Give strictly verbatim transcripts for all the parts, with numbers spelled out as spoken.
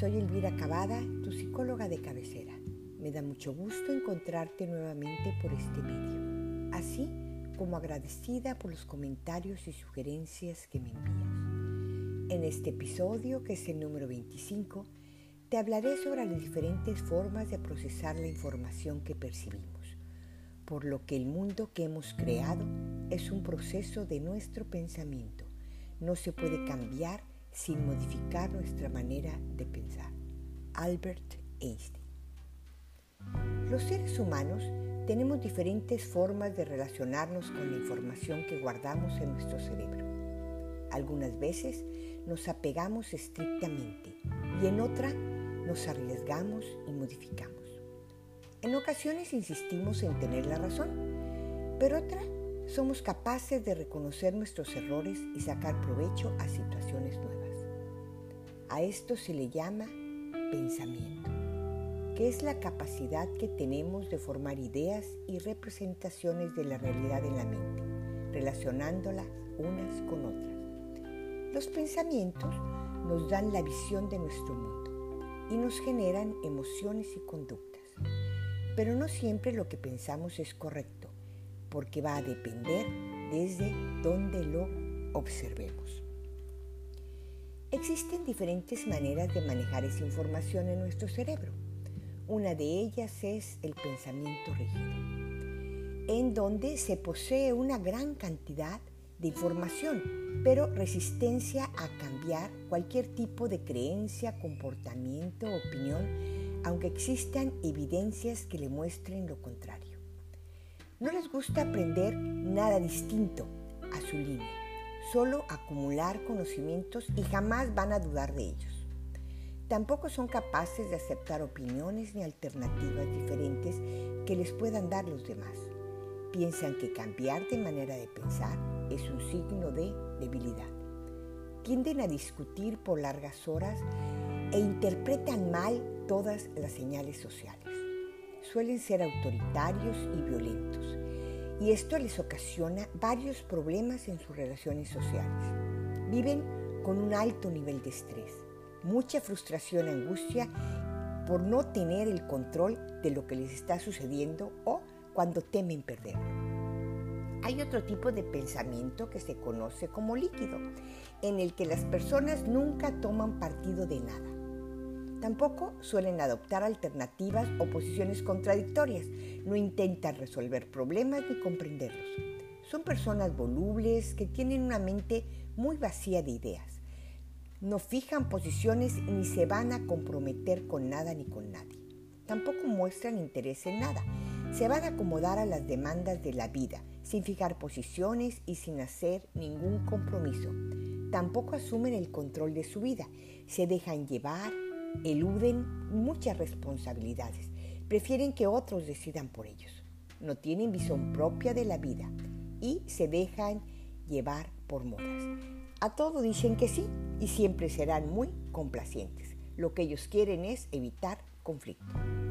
Soy Elvira Cavada, tu psicóloga de cabecera. Me da mucho gusto encontrarte nuevamente por este medio, así como agradecida por los comentarios y sugerencias que me envías. En este episodio, que es el número veinticinco, te hablaré sobre las diferentes formas de procesar la información que percibimos, por lo que el mundo que hemos creado es un proceso de nuestro pensamiento. No se puede cambiar sin modificar nuestra manera de pensar. Albert Einstein. Los seres humanos tenemos diferentes formas de relacionarnos con la información que guardamos en nuestro cerebro. Algunas veces nos apegamos estrictamente y en otras nos arriesgamos y modificamos. En ocasiones insistimos en tener la razón, pero otras somos capaces de reconocer nuestros errores y sacar provecho a situaciones nuevas. A esto se le llama pensamiento, que es la capacidad que tenemos de formar ideas y representaciones de la realidad en la mente, relacionándolas unas con otras. Los pensamientos nos dan la visión de nuestro mundo y nos generan emociones y conductas. Pero no siempre lo que pensamos es correcto, porque va a depender desde donde lo observemos. Existen diferentes maneras de manejar esa información en nuestro cerebro. Una de ellas es el pensamiento rígido, en donde se posee una gran cantidad de información, pero resistencia a cambiar cualquier tipo de creencia, comportamiento o opinión, aunque existan evidencias que le muestren lo contrario. No les gusta aprender nada distinto a su línea, solo acumular conocimientos y jamás van a dudar de ellos. Tampoco son capaces de aceptar opiniones ni alternativas diferentes que les puedan dar los demás. Piensan que cambiar de manera de pensar es un signo de debilidad. Tienden a discutir por largas horas e interpretan mal todas las señales sociales. Suelen ser autoritarios y violentos, y esto les ocasiona varios problemas en sus relaciones sociales. Viven con un alto nivel de estrés, mucha frustración y angustia por no tener el control de lo que les está sucediendo o cuando temen perderlo. Hay otro tipo de pensamiento que se conoce como líquido, en el que las personas nunca toman partido de nada. Tampoco suelen adoptar alternativas o posiciones contradictorias, no intentan resolver problemas ni comprenderlos. Son personas volubles que tienen una mente muy vacía de ideas. No fijan posiciones ni se van a comprometer con nada ni con nadie. Tampoco muestran interés en nada. Se van a acomodar a las demandas de la vida, sin fijar posiciones y sin hacer ningún compromiso. Tampoco asumen el control de su vida. Se dejan llevar, eluden muchas responsabilidades, prefieren que otros decidan por ellos. No tienen visión propia de la vida y se dejan llevar por modas. A todo dicen que sí y siempre serán muy complacientes. Lo que ellos quieren es evitar conflicto.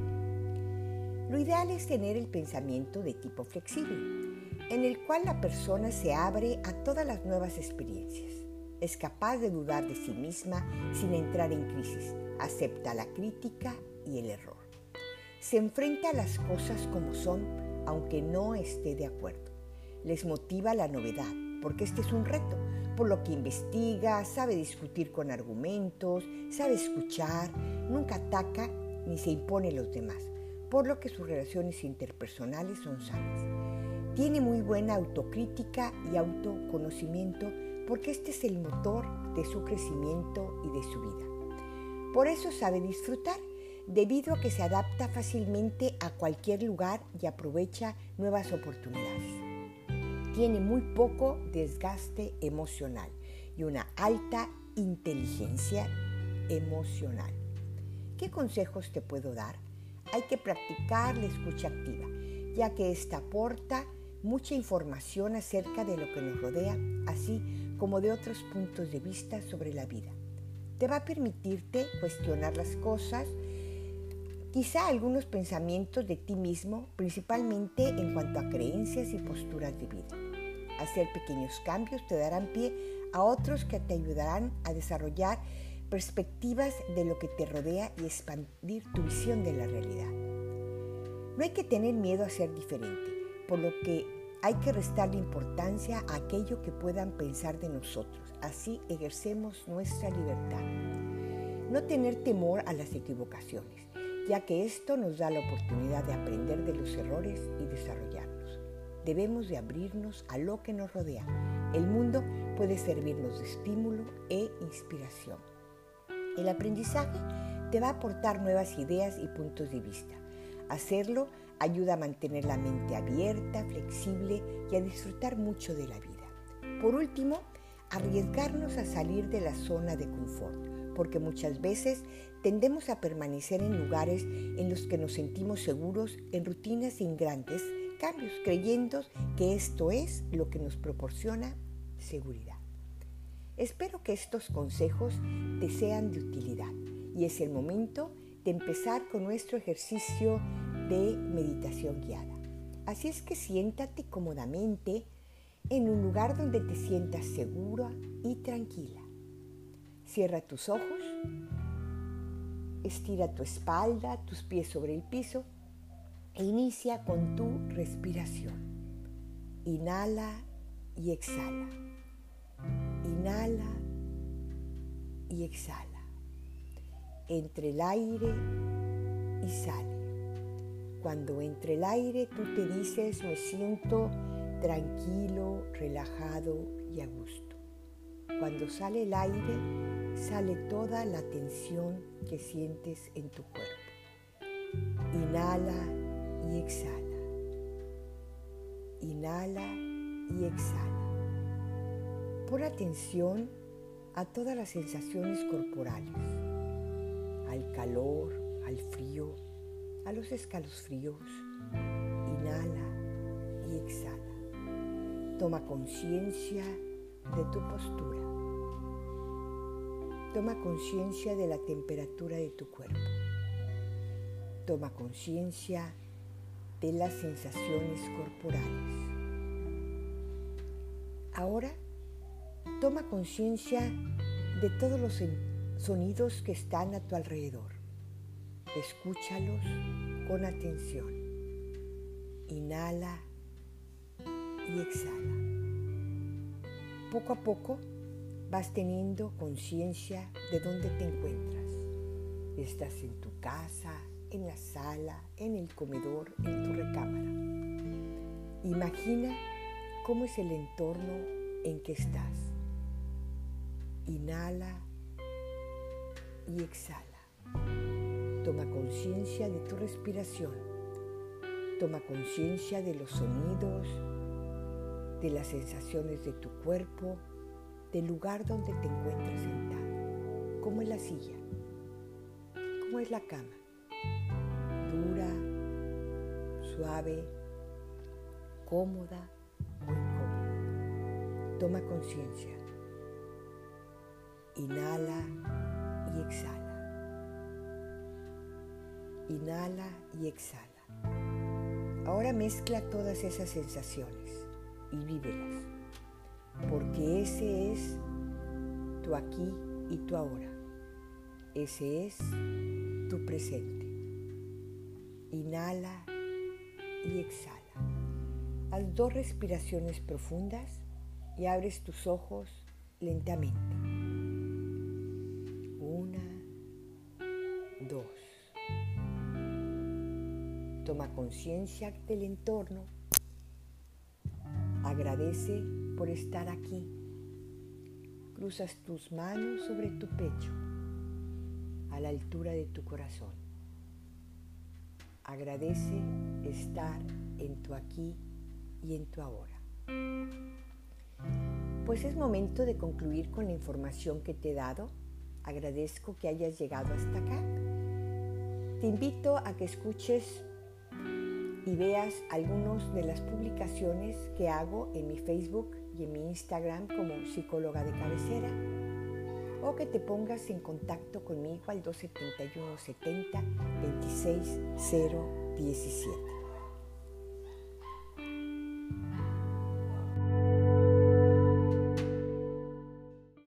Lo ideal es tener el pensamiento de tipo flexible, en el cual la persona se abre a todas las nuevas experiencias. Es capaz de dudar de sí misma sin entrar en crisis. Acepta la crítica y el error. Se enfrenta a las cosas como son, aunque no esté de acuerdo. Les motiva la novedad, porque este es un reto, por lo que investiga, sabe discutir con argumentos, sabe escuchar, nunca ataca ni se impone a los demás, por lo que sus relaciones interpersonales son sanas. Tiene muy buena autocrítica y autoconocimiento, porque este es el motor de su crecimiento y de su vida. Por eso sabe disfrutar, debido a que se adapta fácilmente a cualquier lugar y aprovecha nuevas oportunidades. Tiene muy poco desgaste emocional y una alta inteligencia emocional. ¿Qué consejos te puedo dar? Hay que practicar la escucha activa, ya que esta aporta mucha información acerca de lo que nos rodea, así como de otros puntos de vista sobre la vida. Te va a permitirte cuestionar las cosas, quizá algunos pensamientos de ti mismo, principalmente en cuanto a creencias y posturas de vida. Hacer pequeños cambios te darán pie a otros que te ayudarán a desarrollar perspectivas de lo que te rodea y expandir tu visión de la realidad. No hay que tener miedo a ser diferente, por lo que hay que restarle importancia a aquello que puedan pensar de nosotros. Así ejercemos nuestra libertad. No tener temor a las equivocaciones, ya que esto nos da la oportunidad de aprender de los errores y desarrollarnos. Debemos de abrirnos a lo que nos rodea. El mundo puede servirnos de estímulo e inspiración. El aprendizaje te va a aportar nuevas ideas y puntos de vista. Hacerlo ayuda a mantener la mente abierta, flexible y a disfrutar mucho de la vida. Por último, arriesgarnos a salir de la zona de confort, porque muchas veces tendemos a permanecer en lugares en los que nos sentimos seguros, en rutinas sin grandes cambios, creyendo que esto es lo que nos proporciona seguridad. Espero que estos consejos te sean de utilidad y es el momento de empezar con nuestro ejercicio de meditación guiada. Así es que siéntate cómodamente en un lugar donde te sientas segura y tranquila. Cierra tus ojos, estira tu espalda, tus pies sobre el piso e inicia con tu respiración. Inhala y exhala. Inhala y exhala. Entre el aire y sale. Cuando entre el aire tú te dices, me siento tranquilo, relajado y a gusto. Cuando sale el aire, sale toda la tensión que sientes en tu cuerpo. Inhala y exhala. Inhala y exhala. Pon atención a todas las sensaciones corporales, al calor, al frío, a los escalofríos. Inhala y exhala. Toma conciencia de tu postura. Toma conciencia de la temperatura de tu cuerpo. Toma conciencia de las sensaciones corporales. Ahora, toma conciencia de todos los sonidos que están a tu alrededor. Escúchalos con atención. Inhala y exhala. Poco a poco vas teniendo conciencia de dónde te encuentras. Estás en tu casa, en la sala, en el comedor, en tu recámara. Imagina cómo es el entorno en que estás. Inhala y exhala. Toma conciencia de tu respiración. Toma conciencia de los sonidos, de las sensaciones de tu cuerpo, del lugar donde te encuentras sentado. ¿Cómo es la silla? ¿Cómo es la cama? ¿Dura, suave, cómoda o incómoda? Toma conciencia. Inhala y exhala. Inhala y exhala. Ahora mezcla todas esas sensaciones y vívelas, porque ese es tu aquí y tu ahora. Ese es tu presente. Inhala y exhala. Haz dos respiraciones profundas y abres tus ojos lentamente. Una, dos. Toma conciencia del entorno. Agradece por estar aquí. Cruzas tus manos sobre tu pecho, a la altura de tu corazón. Agradece estar en tu aquí y en tu ahora. Pues es momento de concluir con la información que te he dado. Agradezco que hayas llegado hasta acá. Te invito a que escuches y veas algunas de las publicaciones que hago en mi Facebook y en mi Instagram como psicóloga de cabecera, o que te pongas en contacto conmigo al dos siete uno, setenta, veintiséis, cero diecisiete.